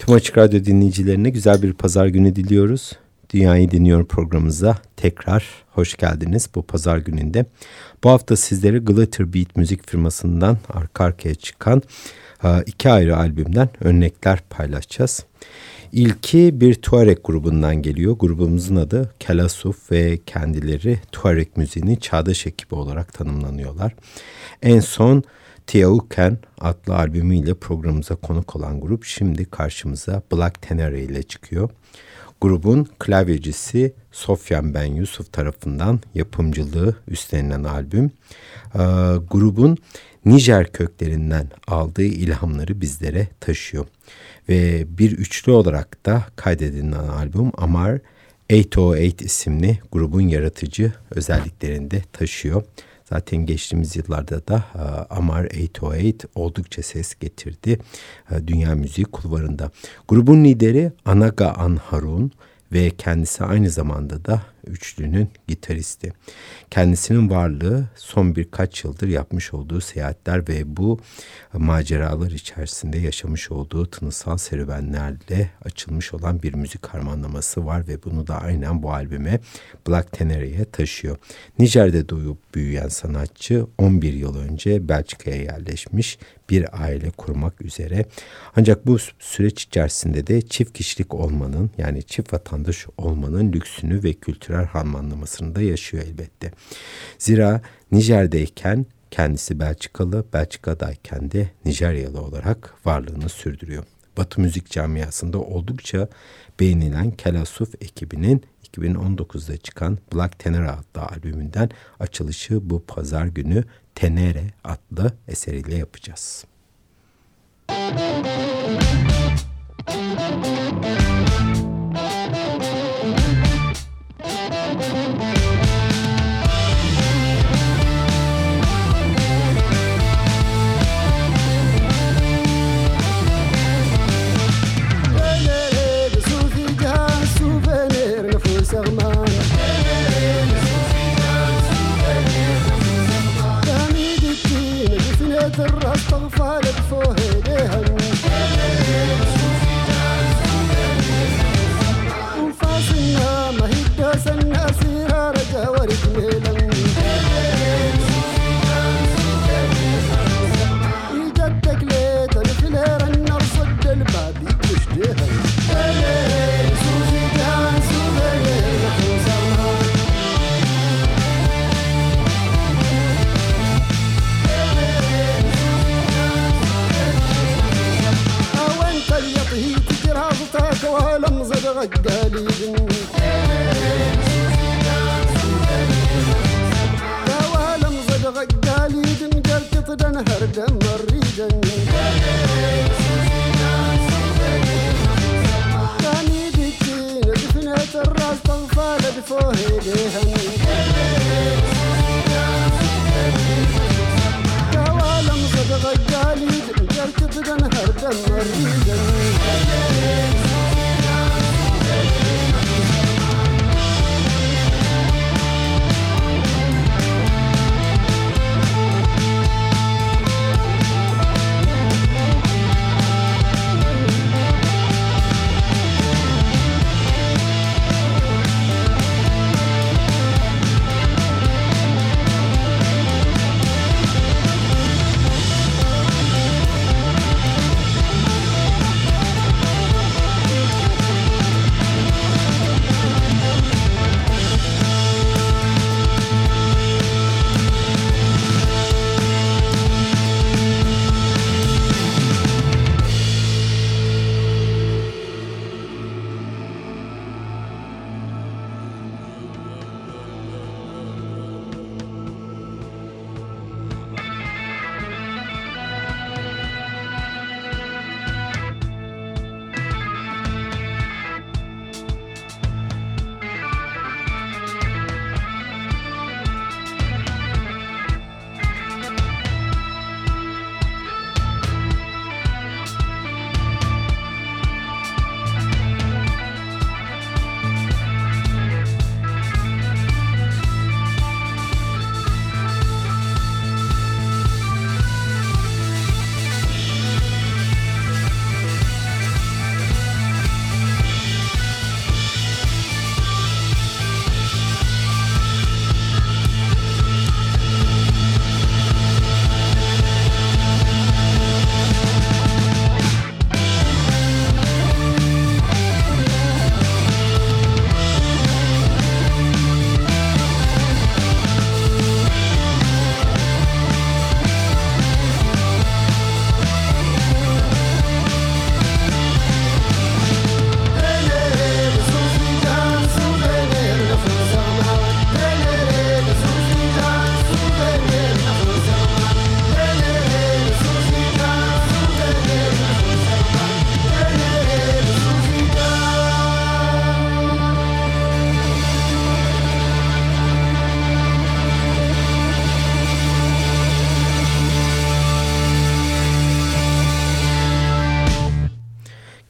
Tüm Açık Radyo dinleyicilerine güzel bir pazar günü diliyoruz. Dünyayı Dinliyorum programımıza tekrar hoş geldiniz bu pazar gününde. Bu hafta sizlere Glitter Beat müzik firmasından arka arkaya çıkan iki ayrı albümden örnekler paylaşacağız. İlki bir Tuareg grubundan geliyor. Grubumuzun adı Kelasuf ve kendileri Tuareg müziğinin çağdaş ekibi olarak tanımlanıyorlar. En son Tiauken adlı albümüyle programımıza konuk olan grup şimdi karşımıza Black Tenere ile çıkıyor. Grubun klavyecisi Sofyan Ben Yusuf tarafından yapımcılığı üstlenilen albüm. Grubun Nijer köklerinden aldığı ilhamları bizlere taşıyor. Ve bir üçlü olarak da kaydedilen albüm Amar 808 isimli grubun yaratıcı özelliklerini de taşıyor. Zaten geçtiğimiz yıllarda da Amar 808 oldukça ses getirdi dünya müziği kulvarında. Grubun lideri Anaga Anharun ve kendisi aynı zamanda da üçlünün gitaristi. Kendisinin varlığı son birkaç yıldır yapmış olduğu seyahatler ve bu maceralar içerisinde yaşamış olduğu tınısal serüvenlerle açılmış olan bir müzik harmanlaması var ve bunu da aynen bu albüme Black Tenere'ye taşıyor. Nijer'de doğup büyüyen sanatçı 11 yıl önce Belçika'ya yerleşmiş, bir aile kurmak üzere. Ancak bu süreç içerisinde de çift kişilik olmanın, yani çift vatandaş olmanın lüksünü ve kültürel harmanlamasını da yaşıyor elbette. Zira Nijer'deyken kendisi Belçikalı, Belçika'dayken de Nijeryalı olarak varlığını sürdürüyor. Batı müzik camiasında oldukça beğenilen Kelasuf ekibinin 2019'da çıkan Black Tenere adlı albümünden açılışı bu pazar günü Tenere adlı eseriyle yapacağız.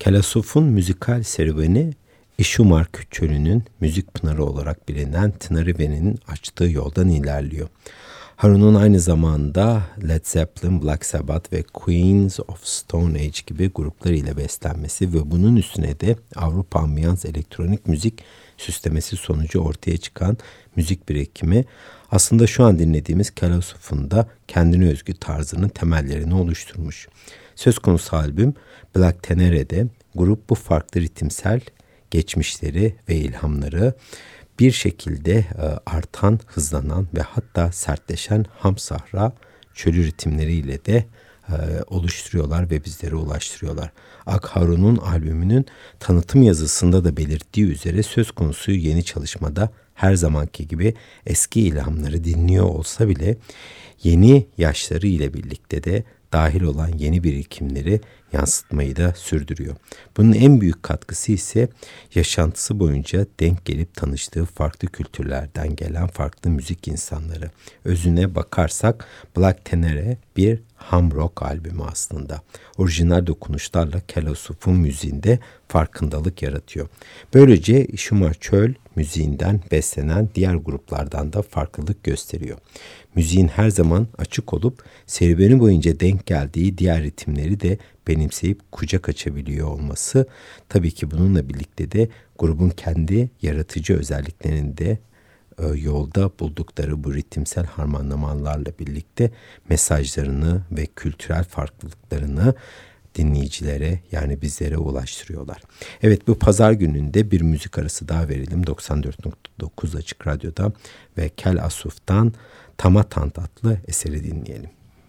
Kelasof'un müzikal serüveni İşumark Çölü'nün müzik pınarı olarak bilinen Tınarıvene'nin açtığı yoldan ilerliyor. Harun'un aynı zamanda Led Zeppelin, Black Sabbath ve Queens of Stone Age gibi gruplar ile beslenmesi ve bunun üstüne de Avrupa ambiyans elektronik müzik süslemesi sonucu ortaya çıkan müzik birikimi aslında şu an dinlediğimiz Kelasof'un da kendine özgü tarzının temellerini oluşturmuş. Söz konusu albüm Black Tenere'de grup bu farklı ritimsel geçmişleri ve ilhamları bir şekilde artan, hızlanan ve hatta sertleşen ham sahra çölü ritimleriyle de oluşturuyorlar ve bizlere ulaştırıyorlar. Ak Harun'un albümünün tanıtım yazısında da belirttiği üzere söz konusu yeni çalışmada her zamanki gibi eski ilhamları dinliyor olsa bile yeni yaşları ile birlikte de dahil olan yeni birikimleri yansıtmayı da sürdürüyor. Bunun en büyük katkısı ise yaşantısı boyunca denk gelip tanıştığı farklı kültürlerden gelen farklı müzik insanları. Özüne bakarsak Black Tenere bir ham rock albümü aslında. Orijinal dokunuşlarla Kelasof'un müziğinde farkındalık yaratıyor. Böylece Işumar Çöl müziğinden beslenen diğer gruplardan da farklılık gösteriyor. Müziğin her zaman açık olup serüveni boyunca denk geldiği diğer ritimleri de benimseyip kucak açabiliyor olması, tabii ki bununla birlikte de grubun kendi yaratıcı özelliklerini de yolda buldukları bu ritimsel harmanlamalarla birlikte mesajlarını ve kültürel farklılıklarını dinleyicilere, yani bizlere ulaştırıyorlar. Evet, bu pazar gününde bir müzik arası daha verelim 94.9 Açık Radyo'da ve Kelasof'tan Tamatant adlı eseri dinleyelim.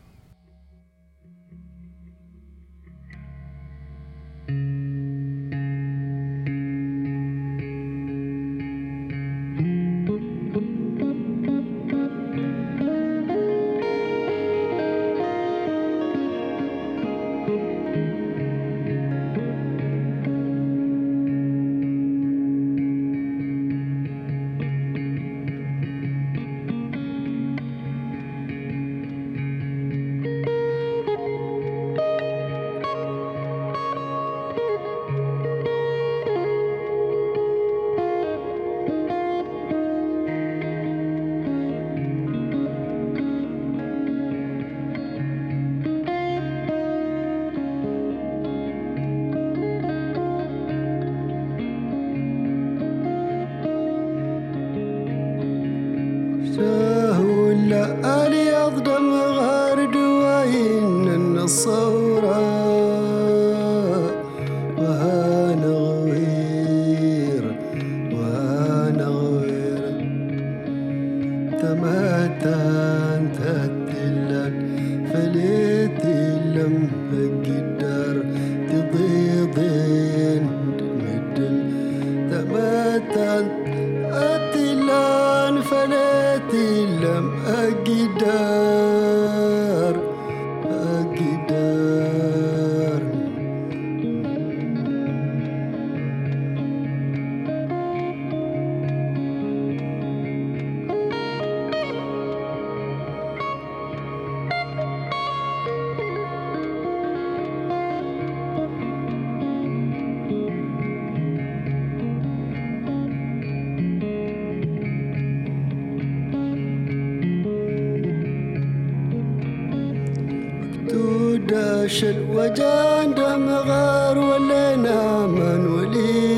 داشل وجان دم غار ولينا من ولي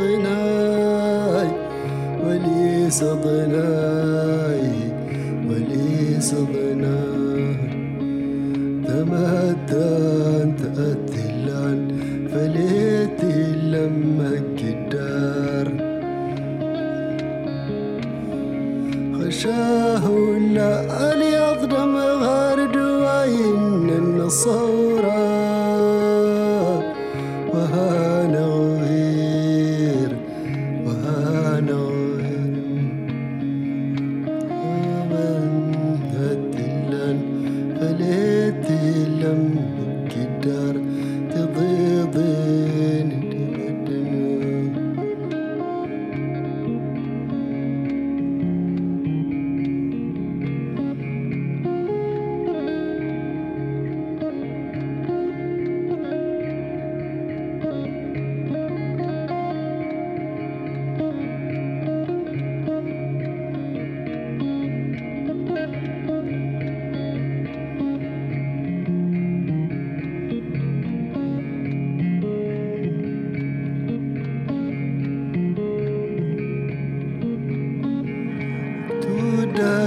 صدناي ولي صدناي ولي صدناي تمتان تأتلان فليتي لما الجدار خشاه ولا ألي أضرم غار دواين النصورة وهانا غير وهانا غير من هتلان فليتي لم كدار تضيضين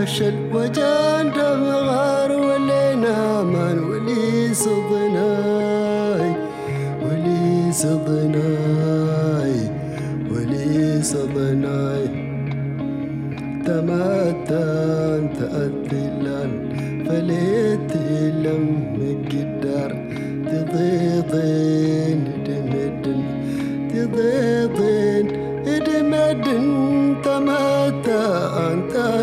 شل وجان دمغار ولينا من ولي صدناي ولي صدناي ولي صدناي تماتان تأثلان فليت لم قدر تضيضين دمدن تضيضين دمدن تماتان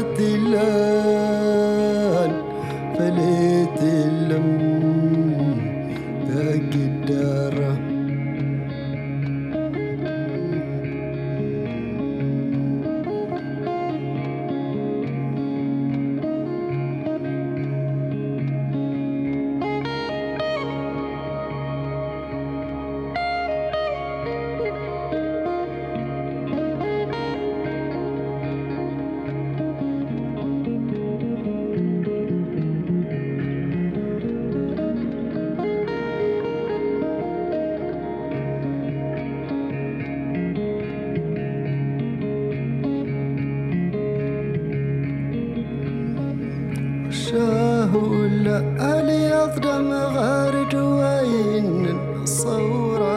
تأثلان فليت لم قدر شاهولا علي أضرم غارد وين الصورة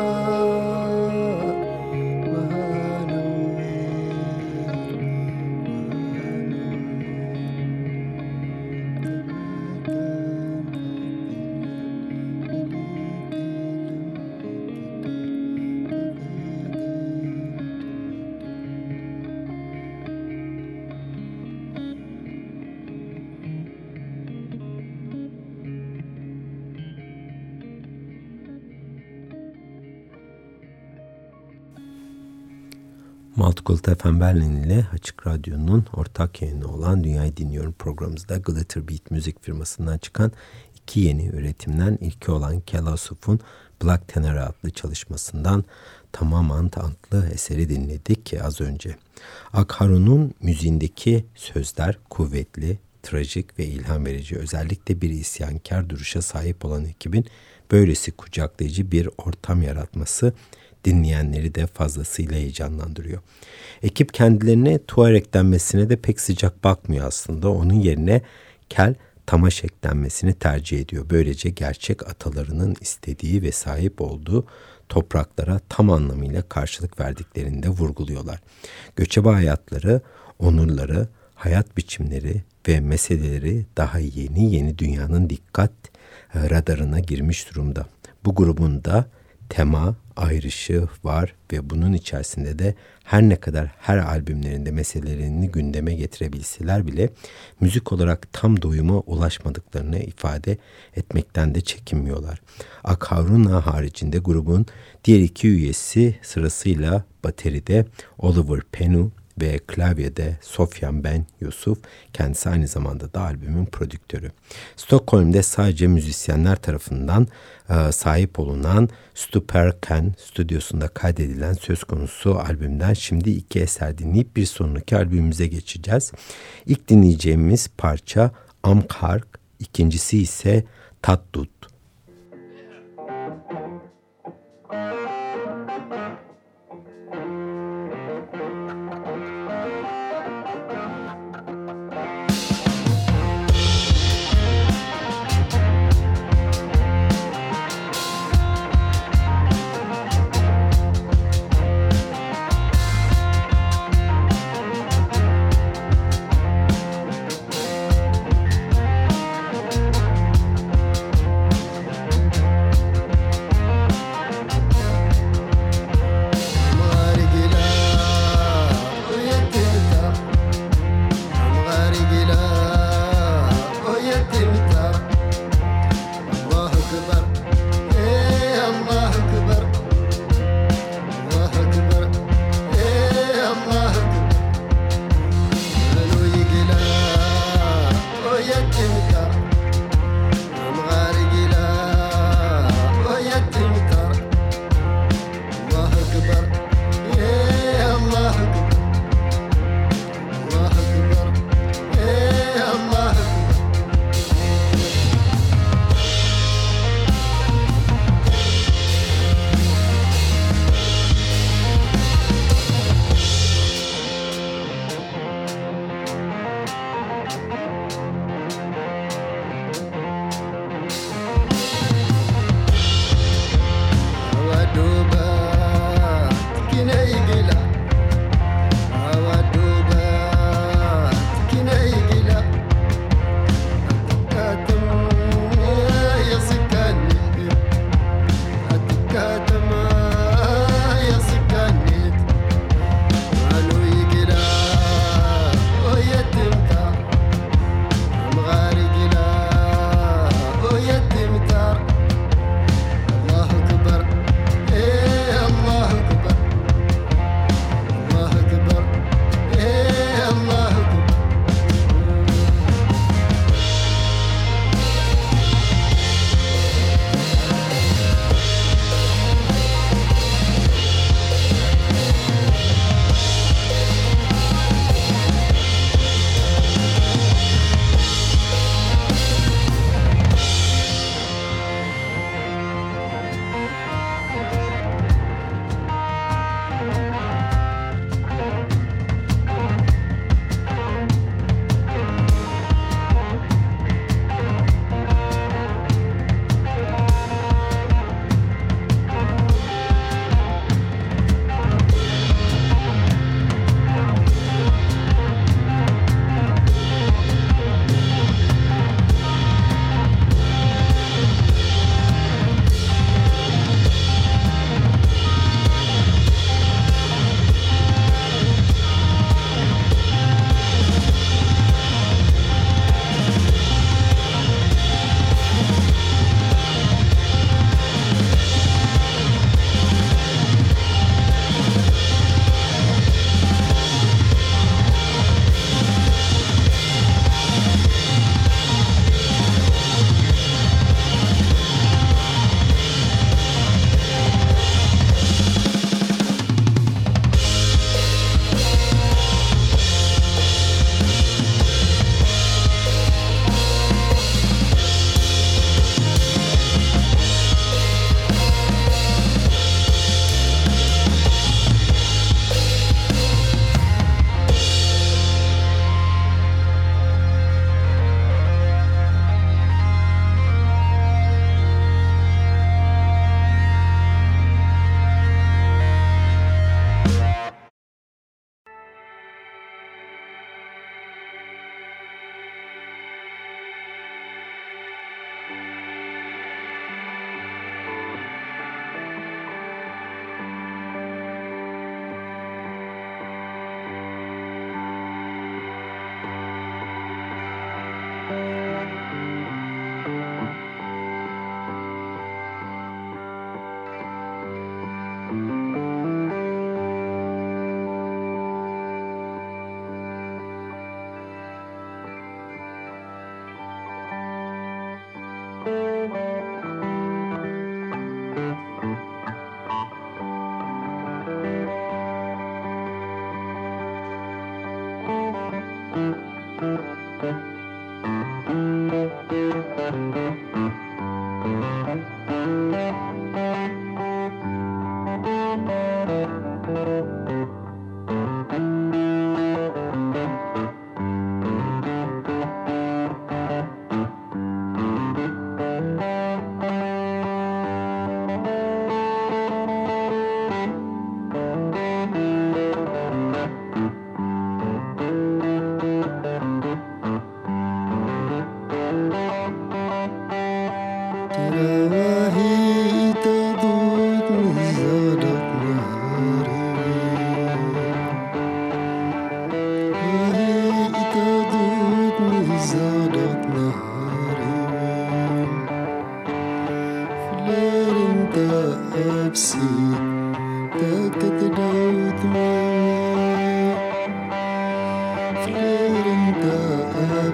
Multicult FM Berlin ile Açık Radyo'nun ortak yayını olan Dünyayı Dinliyorum programımızda Glitter Beat müzik firmasından çıkan iki yeni üretimden ilki olan Kelasuf'un Black Tenere adlı çalışmasından Tamamen adlı eseri dinledik ki az önce. Akharun'un müziğindeki sözler kuvvetli, trajik ve ilham verici. Özellikle bir isyankar duruşa sahip olan ekibin böylesi kucaklayıcı bir ortam yaratması dinleyenleri de fazlasıyla heyecanlandırıyor. Ekip kendilerine Tuareg denmesine de pek sıcak bakmıyor aslında. Onun yerine Kel Tamaşek denmesini tercih ediyor. Böylece gerçek atalarının istediği ve sahip olduğu topraklara tam anlamıyla karşılık verdiklerini de vurguluyorlar. Göçebe hayatları, onurları, hayat biçimleri ve meseleleri daha yeni dünyanın dikkat radarına girmiş durumda. Bu grubun da tema, ayrışı var ve bunun içerisinde de her ne kadar her albümlerinde meselelerini gündeme getirebilseler bile müzik olarak tam doyuma ulaşmadıklarını ifade etmekten de çekinmiyorlar. Akharuna haricinde grubun diğer iki üyesi sırasıyla bateride Oliver Penu ve klavyede Sofyan Ben Yusuf, kendisi aynı zamanda da albümün prodüktörü. Stockholm'de sadece müzisyenler tarafından sahip olunan Stuparken stüdyosunda kaydedilen söz konusu albümden şimdi iki eser dinleyip bir sonraki albümümüze geçeceğiz. İlk dinleyeceğimiz parça Amkark, ikincisi ise Tattut.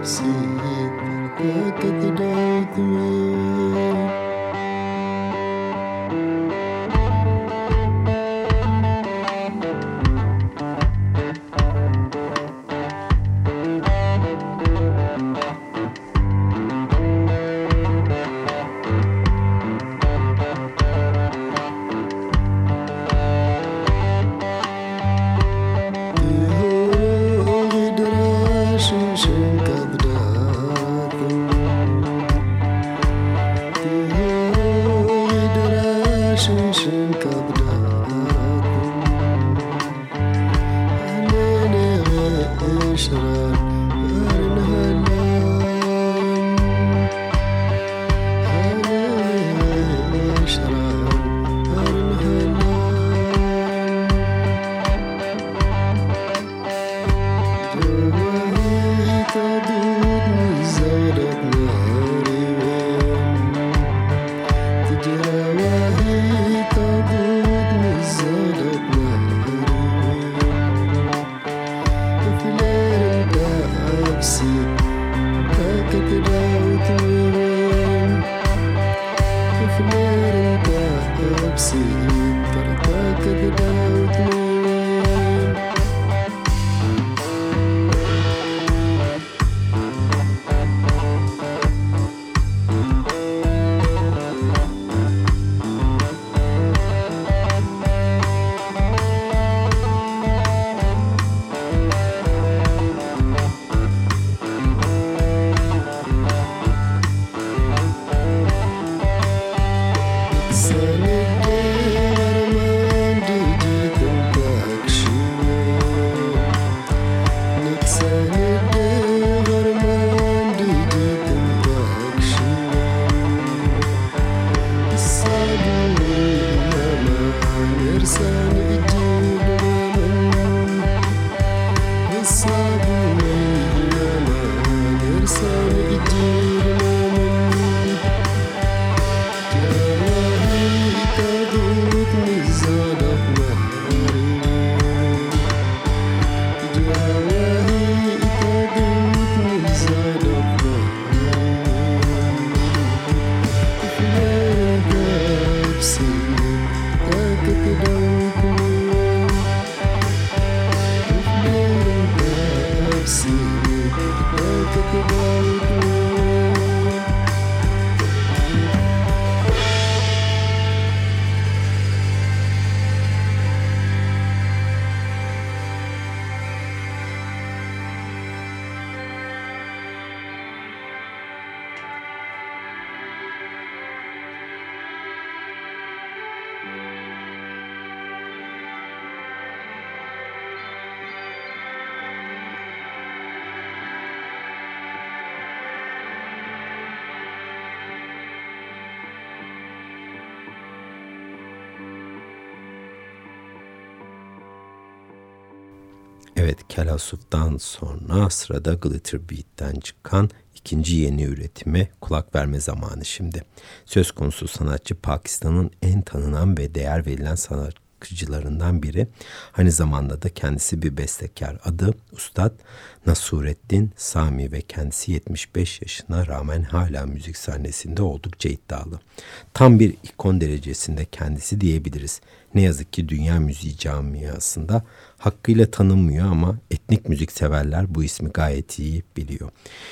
Evet, Kelasuf'tan sonra sırada Glitter Beat'ten çıkan ikinci yeni üretime kulak verme zamanı şimdi. Söz konusu sanatçı Pakistan'ın en tanınan ve değer verilen sanatçılarından biri. Aynı zamanda da kendisi bir bestekar. Adı Ustad Nasureddin Sami ve kendisi 75 yaşına rağmen hala müzik sahnesinde oldukça iddialı. Tam bir ikon derecesinde kendisi diyebiliriz. Ne yazık ki dünya müziği camiasında hakkıyla tanınmıyor ama etnik müzik severler bu ismi gayet iyi biliyor.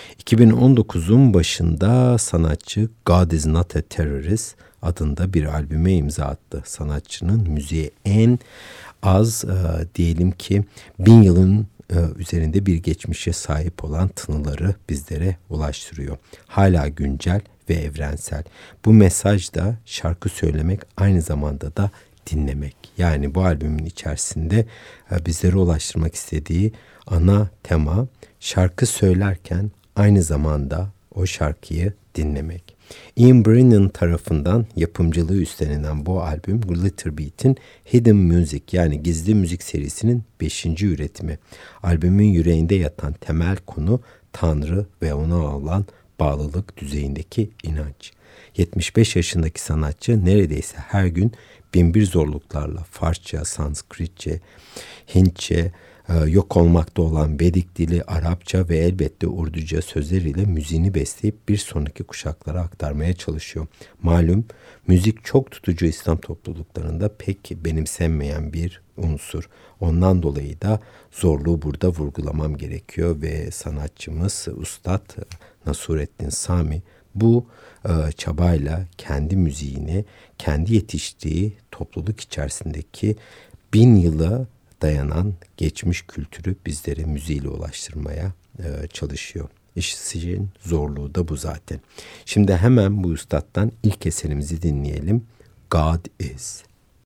2019'un başında sanatçı God Is Not A Terrorist adında bir albüme imza attı. Sanatçının müziğe en az diyelim ki 1000 yılın üzerinde bir geçmişe sahip olan tınıları bizlere ulaştırıyor. Hala güncel ve evrensel. Bu mesaj da şarkı söylemek aynı zamanda da dinlemek. Yani bu albümün içerisinde bizlere ulaştırmak istediği ana tema şarkı söylerken aynı zamanda o şarkıyı dinlemek. Ian Brennan tarafından yapımcılığı üstlenilen bu albüm Glitter Beat'in Hidden Music yani gizli müzik serisinin 5. üretimi. Albümün yüreğinde yatan temel konu Tanrı ve ona olan bağlılık düzeyindeki inanç. 75 yaşındaki sanatçı neredeyse her gün binbir zorluklarla Farsça, Sanskritçe, Hintçe, yok olmakta olan Vedik dili, Arapça ve elbette Urduca sözleriyle müziğini besleyip bir sonraki kuşaklara aktarmaya çalışıyor. Malum müzik çok tutucu İslam topluluklarında pek benimsenmeyen bir unsur. Ondan dolayı da zorluğu burada vurgulamam gerekiyor ve sanatçımız Üstad Nasureddin Sami bu çabayla kendi müziğini, kendi yetiştiği topluluk içerisindeki 1000 yıla dayanan geçmiş kültürü bizlere müziğiyle ulaştırmaya çalışıyor. İşin zorluğu da bu zaten. Şimdi hemen bu üstadtan ilk eserimizi dinleyelim. God Is.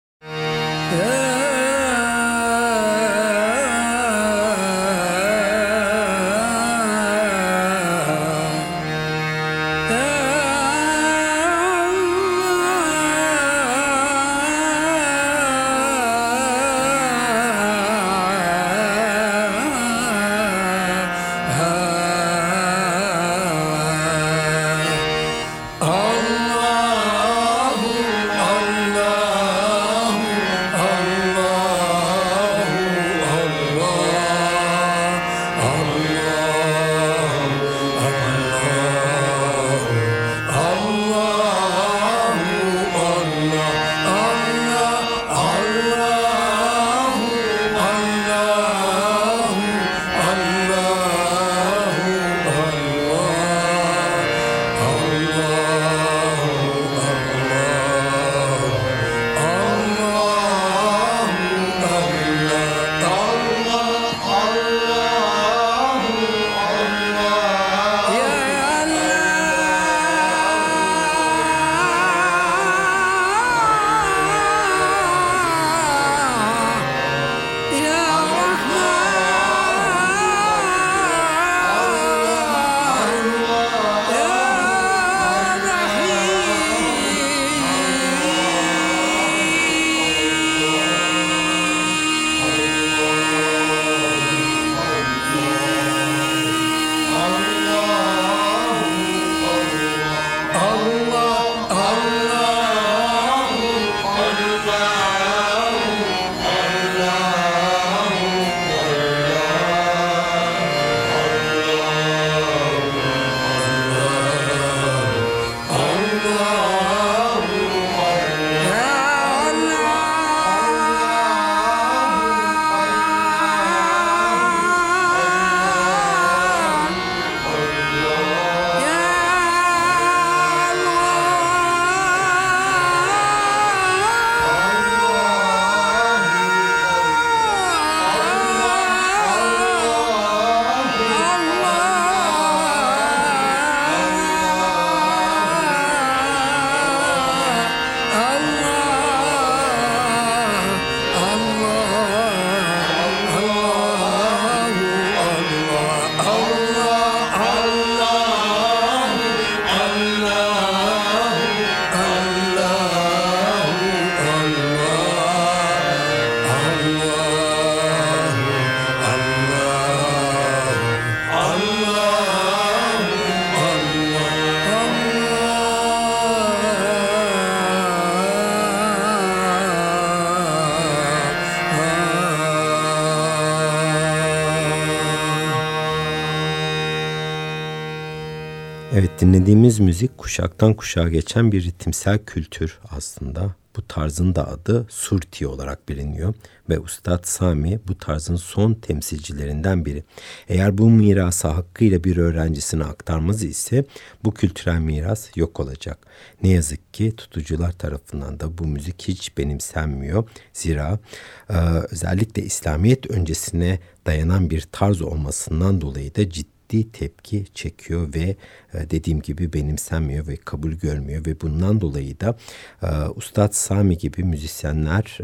Evet, dinlediğimiz müzik kuşaktan kuşağa geçen bir ritimsel kültür aslında. Bu tarzın da adı Surti olarak biliniyor ve Üstad Sami bu tarzın son temsilcilerinden biri. Eğer bu mirası hakkıyla bir öğrencisine aktarmaz ise bu kültürel miras yok olacak. Ne yazık ki tutucular tarafından da bu müzik hiç benimsenmiyor. Zira özellikle İslamiyet öncesine dayanan bir tarz olmasından dolayı da ciddi tepki çekiyor ve dediğim gibi benimsenmiyor ve kabul görmüyor ve bundan dolayı da Üstad Sami gibi müzisyenler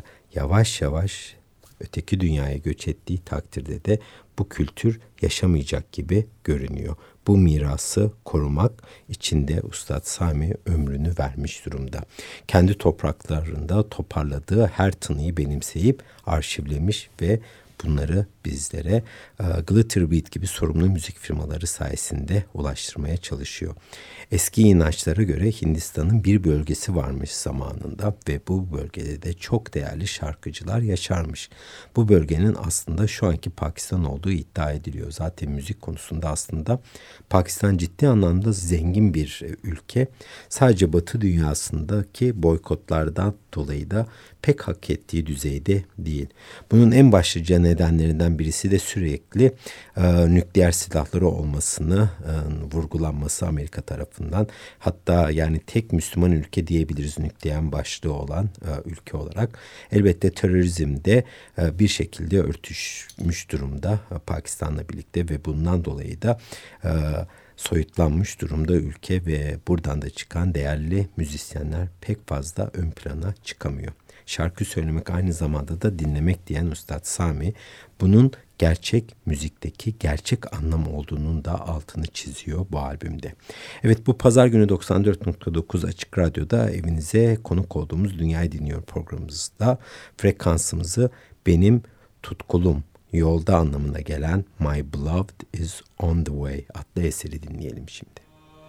yavaş yavaş öteki dünyaya göç ettiği takdirde de bu kültür yaşamayacak gibi görünüyor. Bu mirası korumak için de Üstad Sami ömrünü vermiş durumda. Kendi topraklarında toparladığı her tınıyı benimseyip arşivlemiş ve bunları bizlere Glitterbeat gibi sorumlu müzik firmaları sayesinde ulaştırmaya çalışıyor. Eski inançlara göre Hindistan'ın bir bölgesi varmış zamanında ve bu bölgede de çok değerli şarkıcılar yaşarmış. Bu bölgenin aslında şu anki Pakistan olduğu iddia ediliyor. Zaten müzik konusunda aslında Pakistan ciddi anlamda zengin bir ülke. Sadece Batı dünyasındaki boykotlardan dolayı da pek hak ettiği düzeyde değil. Bunun en başlıca nedenlerinden birisi de sürekli nükleer silahları olmasını vurgulanması Amerika tarafından. Hatta yani tek Müslüman ülke diyebiliriz nükleer başlığı olan ülke olarak. Elbette terörizm de bir şekilde örtüşmüş durumda Pakistan'la birlikte ve bundan dolayı da soyutlanmış durumda ülke ve buradan da çıkan değerli müzisyenler pek fazla ön plana çıkamıyor. Şarkı söylemek aynı zamanda da dinlemek diyen Üstad Sami bunun gerçek müzikteki gerçek anlam olduğunun da altını çiziyor bu albümde. Evet, bu pazar günü 94.9 Açık Radyo'da evinize konuk olduğumuz Dünyayı Dinliyor programımızda frekansımızı benim tutkulum, yolda anlamına gelen My Beloved is on the Way adlı eseri dinleyelim şimdi.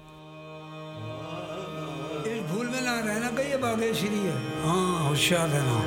भूल में ना रहना कहिए बागेश्वरी है हाँ होशियार रहना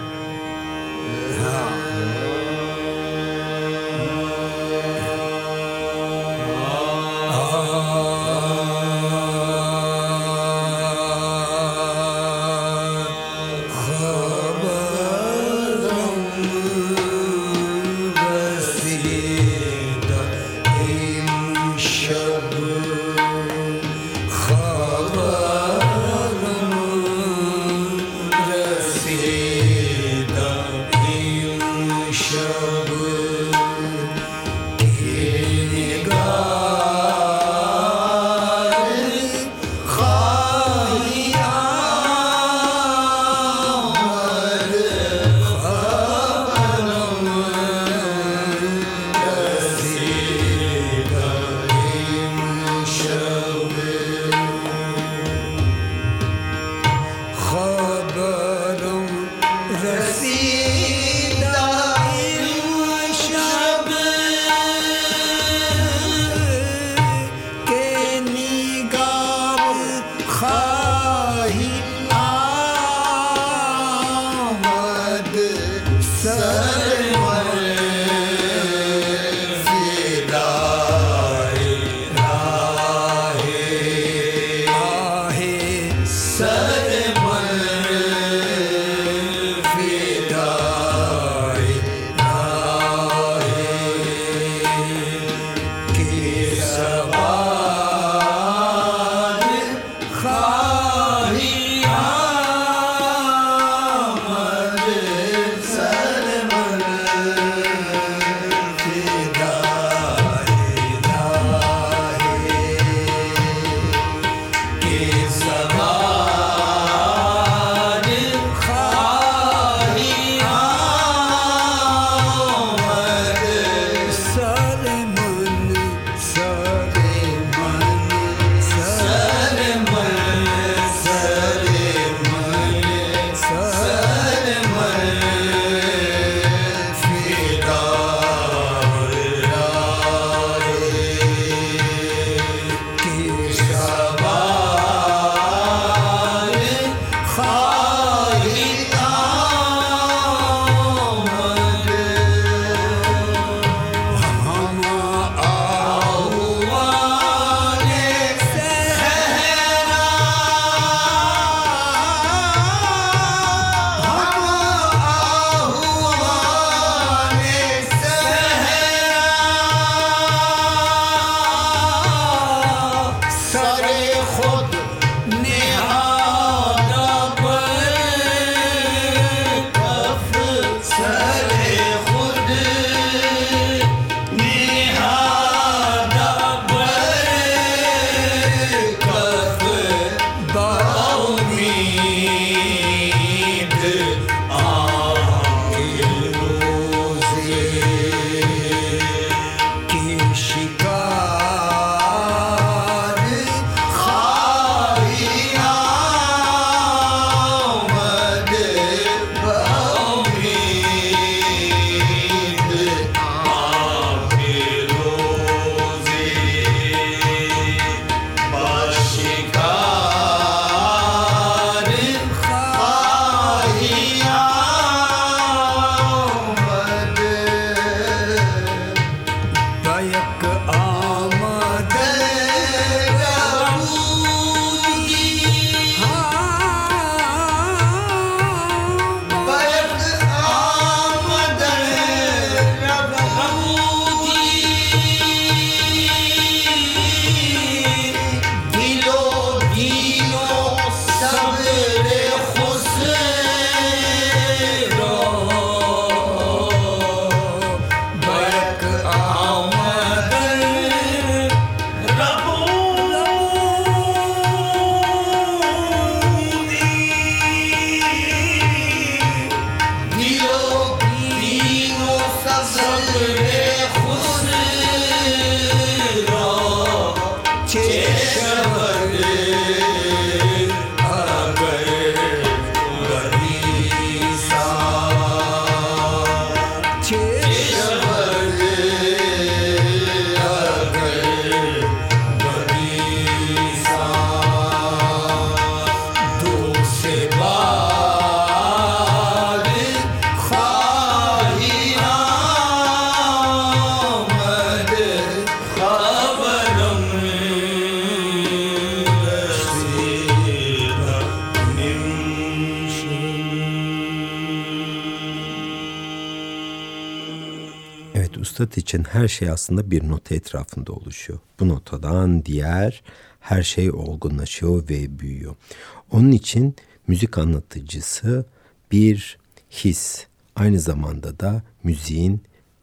Evet, ustad için her şey aslında bir nota etrafında oluşuyor. Bu notadan diğer her şey olgunlaşıyor ve büyüyor. Onun için müzik anlatıcısı bir his, aynı zamanda da müziğin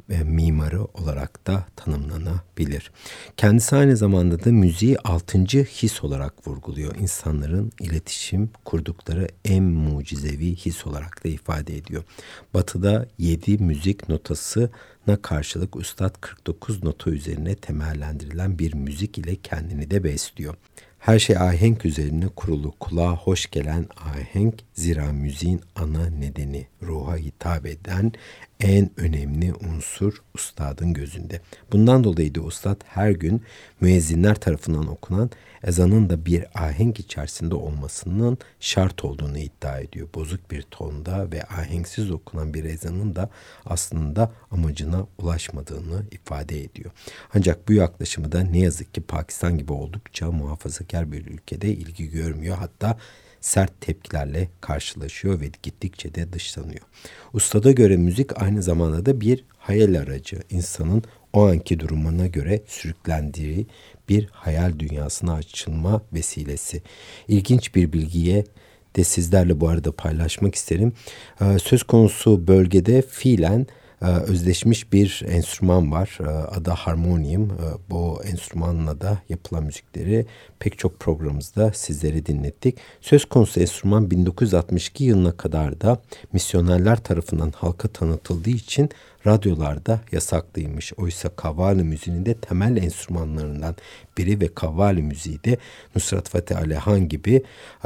mimarı olarak da tanımlanabilir. Kendisi aynı zamanda da müziği 6. his olarak vurguluyor. İnsanların iletişim kurdukları en mucizevi his olarak da ifade ediyor. Batı'da 7 müzik notasına karşılık üstad 49 nota üzerine temellendirilen bir müzik ile kendini de besliyor. Her şey ahenk üzerine kurulu, kulağa hoş gelen ahenk, zira müziğin ana nedeni, ruha hitap eden en önemli unsur ustadın gözünde. Bundan dolayı da ustad her gün müezzinler tarafından okunan ezanın da bir ahenk içerisinde olmasının şart olduğunu iddia ediyor. Bozuk bir tonda ve ahenksiz okunan bir ezanın da aslında amacına ulaşmadığını ifade ediyor. Ancak bu yaklaşımı da ne yazık ki Pakistan gibi oldukça muhafazakar bir ülkede ilgi görmüyor. Hatta sert tepkilerle karşılaşıyor ve gittikçe de dışlanıyor. Ustada göre müzik aynı zamanda da bir hayal aracı. İnsanın o anki durumuna göre sürüklendiği bir hayal dünyasına açılma vesilesi. İlginç bir bilgiye de sizlerle bu arada paylaşmak isterim. Söz konusu bölgede fiilen özdeşmiş bir enstrüman var. Adı harmonium. Bu enstrümanla da yapılan müzikleri pek çok programımızda sizlere dinlettik. Söz konusu enstrüman 1962 yılına kadar da misyonerler tarafından halka tanıtıldığı için radyolarda yasaklıymış. Oysa kavvali müziğinin de temel enstrümanlarından biri ve kavvali müziği de Nusrat Fatih Alihan gibi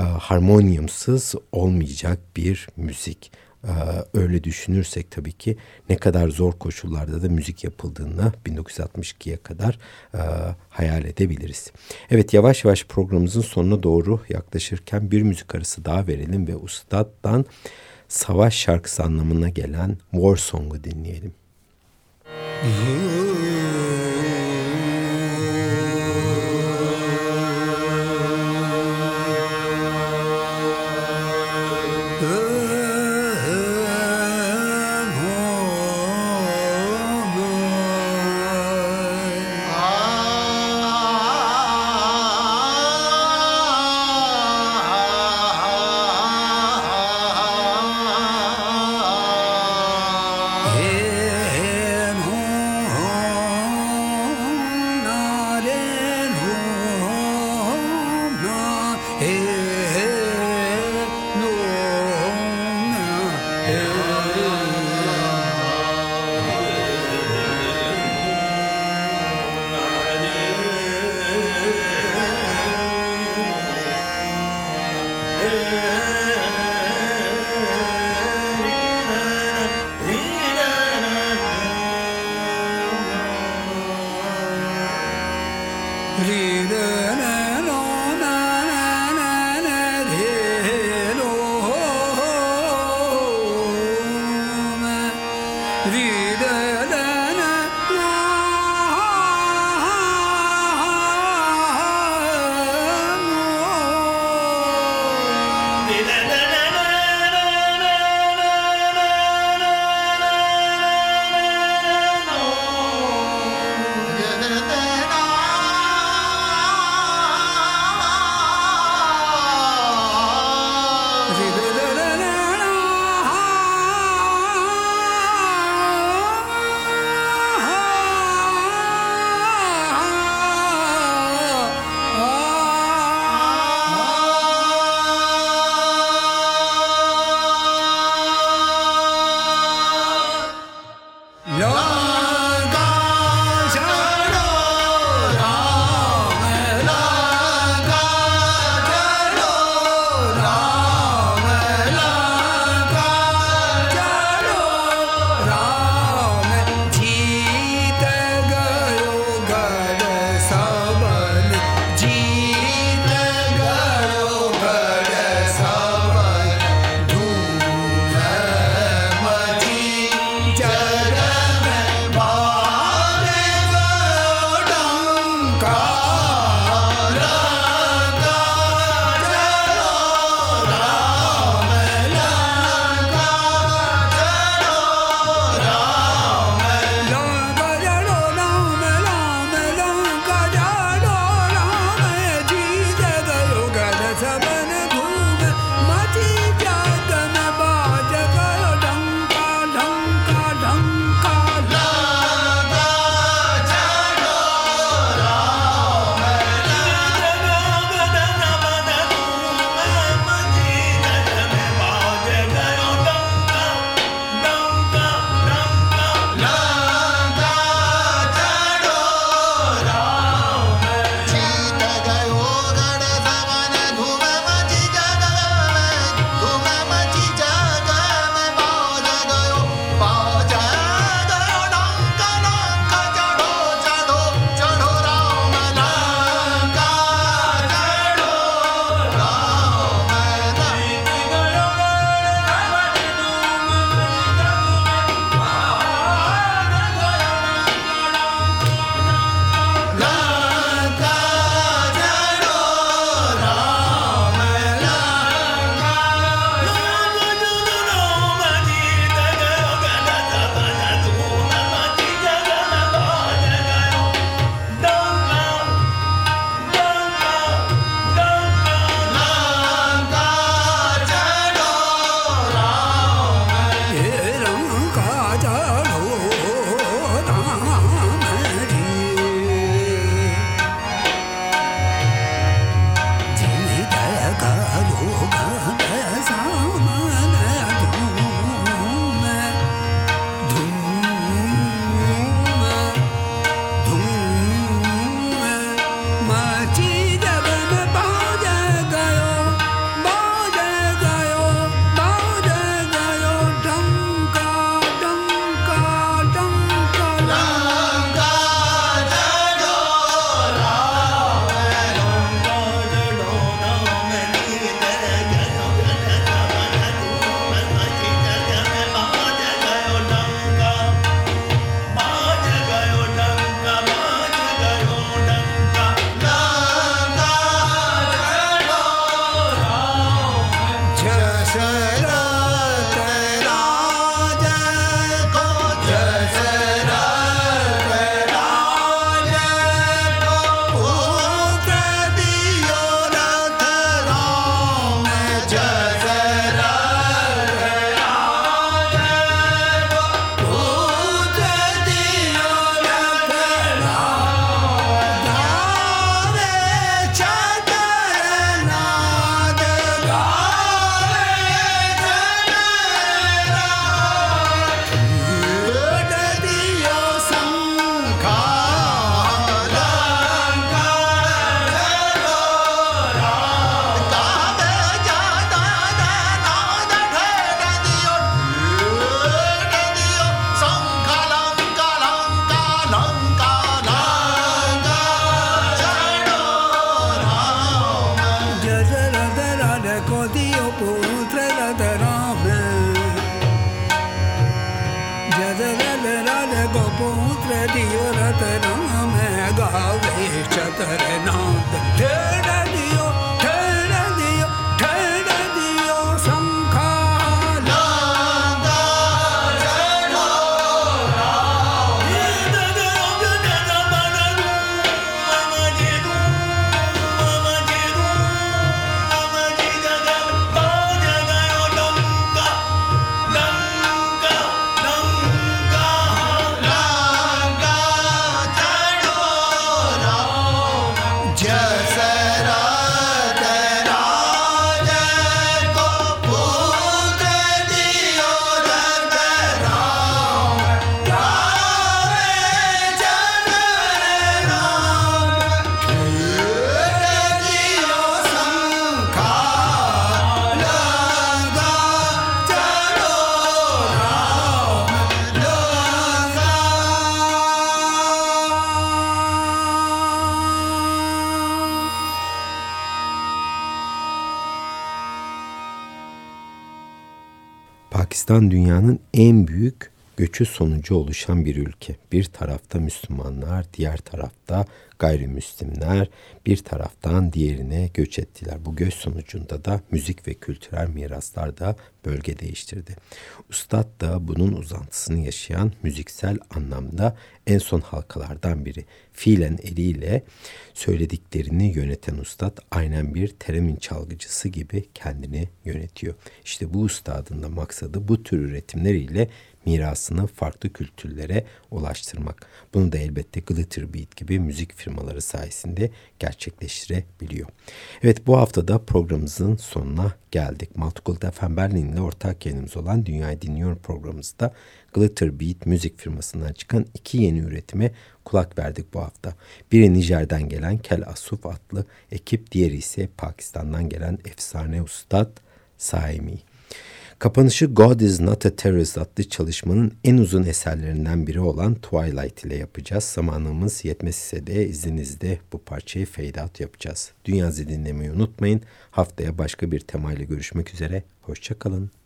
harmoniumsuz olmayacak bir müzik. Öyle düşünürsek tabii ki ne kadar zor koşullarda da müzik yapıldığını 1962'ye kadar hayal edebiliriz. Evet, yavaş yavaş programımızın sonuna doğru yaklaşırken bir müzik arası daha verelim ve ustaddan savaş şarkısı anlamına gelen War Song'u dinleyelim. Pakistan dünyanın en büyük göçü sonucu oluşan bir ülke. Bir tarafta Müslümanlar, diğer tarafta gayrimüslimler bir taraftan diğerine göç ettiler. Bu göç sonucunda da müzik ve kültürel miraslar da bölge değiştirdi. Üstad da bunun uzantısını yaşayan müziksel anlamda en son halkalardan biri. Fiilen eliyle söylediklerini yöneten üstad aynen bir teremin çalgıcısı gibi kendini yönetiyor. İşte bu üstadın da maksadı bu tür üretimleriyle mirasını farklı kültürlere ulaştırmak. Bunu da elbette Glitter Beat gibi müzik firmaları sayesinde gerçekleştirebiliyor. Evet, bu hafta da programımızın sonuna geldik. Multicult FM Berlin ile ortak yayınımız olan Dünyayı Dinliyor programımızda Glitter Beat müzik firmasından çıkan 2 yeni üretime kulak verdik bu hafta. Biri Nijer'den gelen Kel Asuf adlı ekip, diğeri ise Pakistan'dan gelen efsane ustad Saimi. Kapanışı God is Not a Terrorist adlı çalışmanın en uzun eserlerinden biri olan Twilight ile yapacağız. Zamanımız yetmezse de izninizle bu parçayı fade out yapacağız. Dünyayı dinlemeyi unutmayın. Haftaya başka bir temayla görüşmek üzere. Hoşça kalın.